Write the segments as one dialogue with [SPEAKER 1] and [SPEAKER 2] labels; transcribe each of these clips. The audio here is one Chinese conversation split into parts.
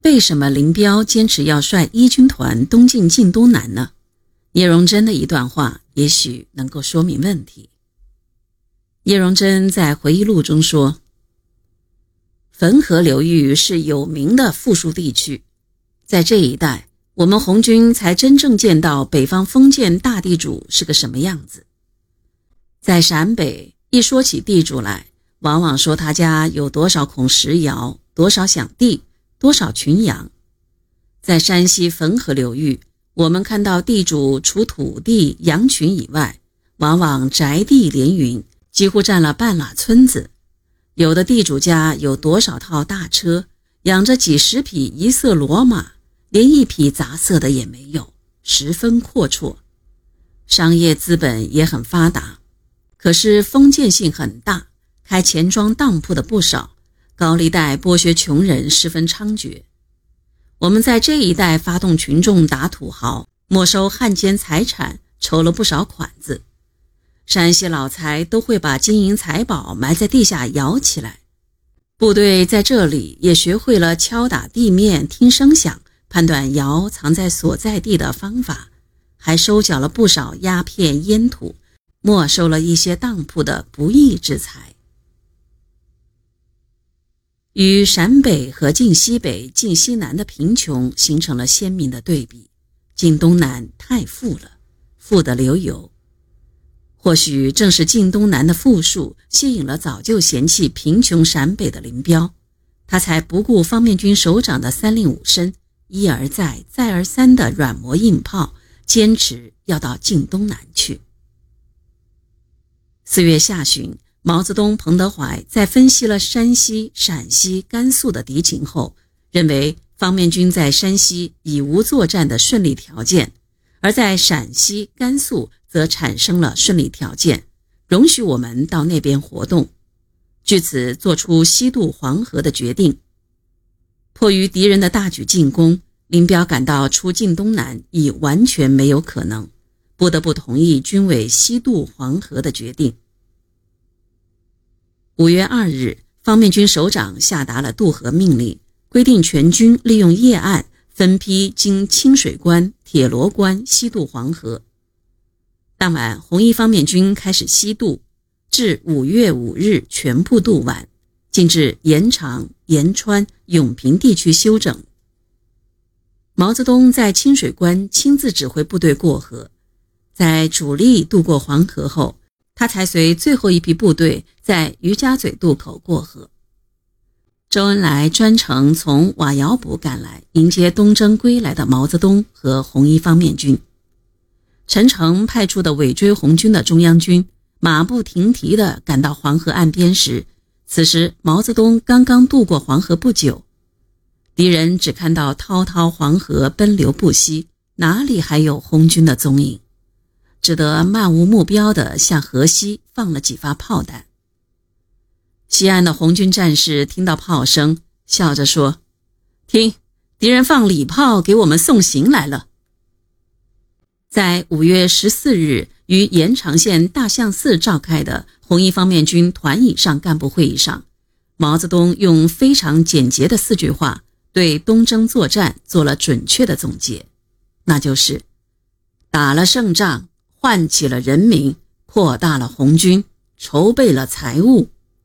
[SPEAKER 1] 为什么林彪坚持要率一军团东进晋东南呢？聂荣臻的一段话也许能够说明问题。聂荣臻在回忆录中说，汾河流域是有名的富庶地区，在这一带我们红军才真正见到北方封建大地主是个什么样子。在陕北一说起地主来，往往说他家有多少孔石窑，多少饷地，多少群羊。在山西汾河流域，我们看到地主除土地羊群以外，往往宅地连云，几乎占了半拉村子。有的地主家有多少套大车，养着几十匹一色骡马，连一匹杂色的也没有，十分阔绰。商业资本也很发达，可是封建性很大，开钱庄当铺的不少，高利贷剥削穷人十分猖獗。我们在这一带发动群众打土豪，没收汉奸财产，筹了不少款子。山西老财都会把金银财宝埋在地下摇起来，部队在这里也学会了敲打地面听声响，判断窑藏在所在地的方法，还收缴了不少鸦片烟土，没收了一些当铺的不义之财。与陕北和晋西北、晋西南的贫穷形成了鲜明的对比，晋东南太富了，富得流油。或许正是晋东南的富庶吸引了早就嫌弃贫穷陕北的林彪，他才不顾方面军首长的三令五申，一而再再而三的软磨硬泡，坚持要到晋东南去。4月下旬，毛泽东、彭德怀在分析了山西、陕西、甘肃的敌情后，认为方面军在山西已无作战的顺利条件，而在陕西、甘肃则产生了顺利条件，容许我们到那边活动，据此做出西渡黄河的决定。迫于敌人的大举进攻，林彪感到出晋东南已完全没有可能，不得不同意军委西渡黄河的决定。5月2日，方面军首长下达了渡河命令，规定全军利用夜暗分批经清水关、铁罗关西渡黄河。当晚，红一方面军开始西渡，至5月5日全部渡完，进至延长、延川、永平地区休整。毛泽东在清水关亲自指挥部队过河，在主力渡过黄河后，他才随最后一批部队在余家嘴渡口过河。周恩来专程从瓦窑堡赶来迎接东征归来的毛泽东和红一方面军。陈诚派出的尾追红军的中央军马不停蹄地赶到黄河岸边时，此时毛泽东刚刚渡过黄河不久，敌人只看到滔滔黄河奔流不息，哪里还有红军的踪影，只得漫无目标地向河西放了几发炮弹。西岸的红军战士听到炮声，笑着说：“听，敌人放礼炮给我们送行来了。”在5月14日于延长县大象寺召开的红一方面军团以上干部会议上，毛泽东用非常简洁的4句话对东征作战做了准确的总结，那就是打了胜仗，唤起了人民，扩大了红军，筹备了财物。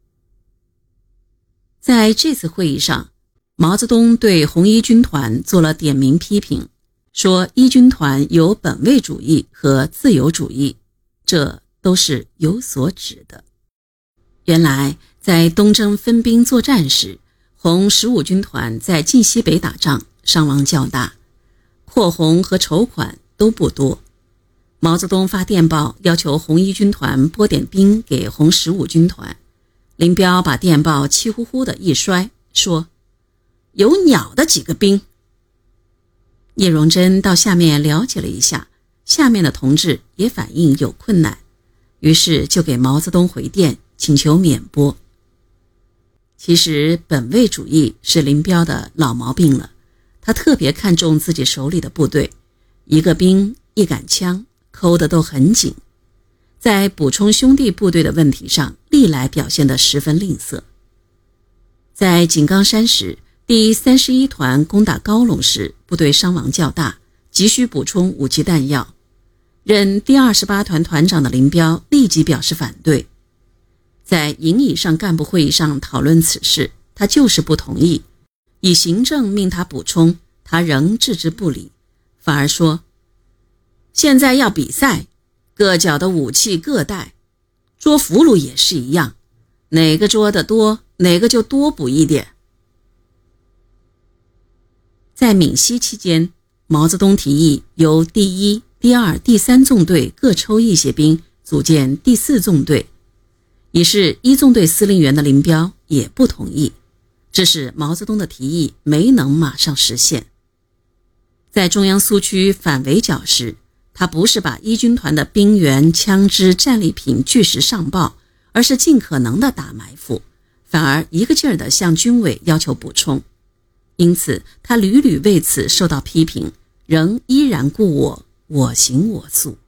[SPEAKER 1] 在这次会议上，毛泽东对红一军团做了点名批评，说一军团有本位主义和自由主义，这都是有所指的。原来在东征分兵作战时，红15军团在晋西北打仗，伤亡较大，扩红和筹款都不多。毛泽东发电报要求红一军团拨点兵给红15军团，林彪把电报气呼呼的一摔，说：“有鸟的几个兵。”聂荣臻到下面了解了一下，下面的同志也反映有困难，于是就给毛泽东回电，请求免拨。其实本位主义是林彪的老毛病了，他特别看重自己手里的部队，一个兵一杆枪抠得都很紧，在补充兄弟部队的问题上历来表现得十分吝啬。在井冈山时， 第31团攻打高隆时，部队伤亡较大，急需补充武器弹药。任第28团团长的林彪立即表示反对。在营以上干部会议上讨论此事，他就是不同意，以行政命他补充，他仍置之不理，反而说：现在要比赛，各缴的武器各带，捉俘虏也是一样，哪个捉得多，哪个就多补一点。在闽西期间，毛泽东提议由第1、第2、第3纵队各抽一些兵，组建第4纵队。已是1纵队司令员的林彪也不同意，致使毛泽东的提议没能马上实现。在中央苏区反围剿时，他不是把一军团的兵员、枪支、战利品据实上报，而是尽可能的打埋伏，反而一个劲儿地向军委要求补充。因此他屡屡为此受到批评，仍依然故我，我行我素。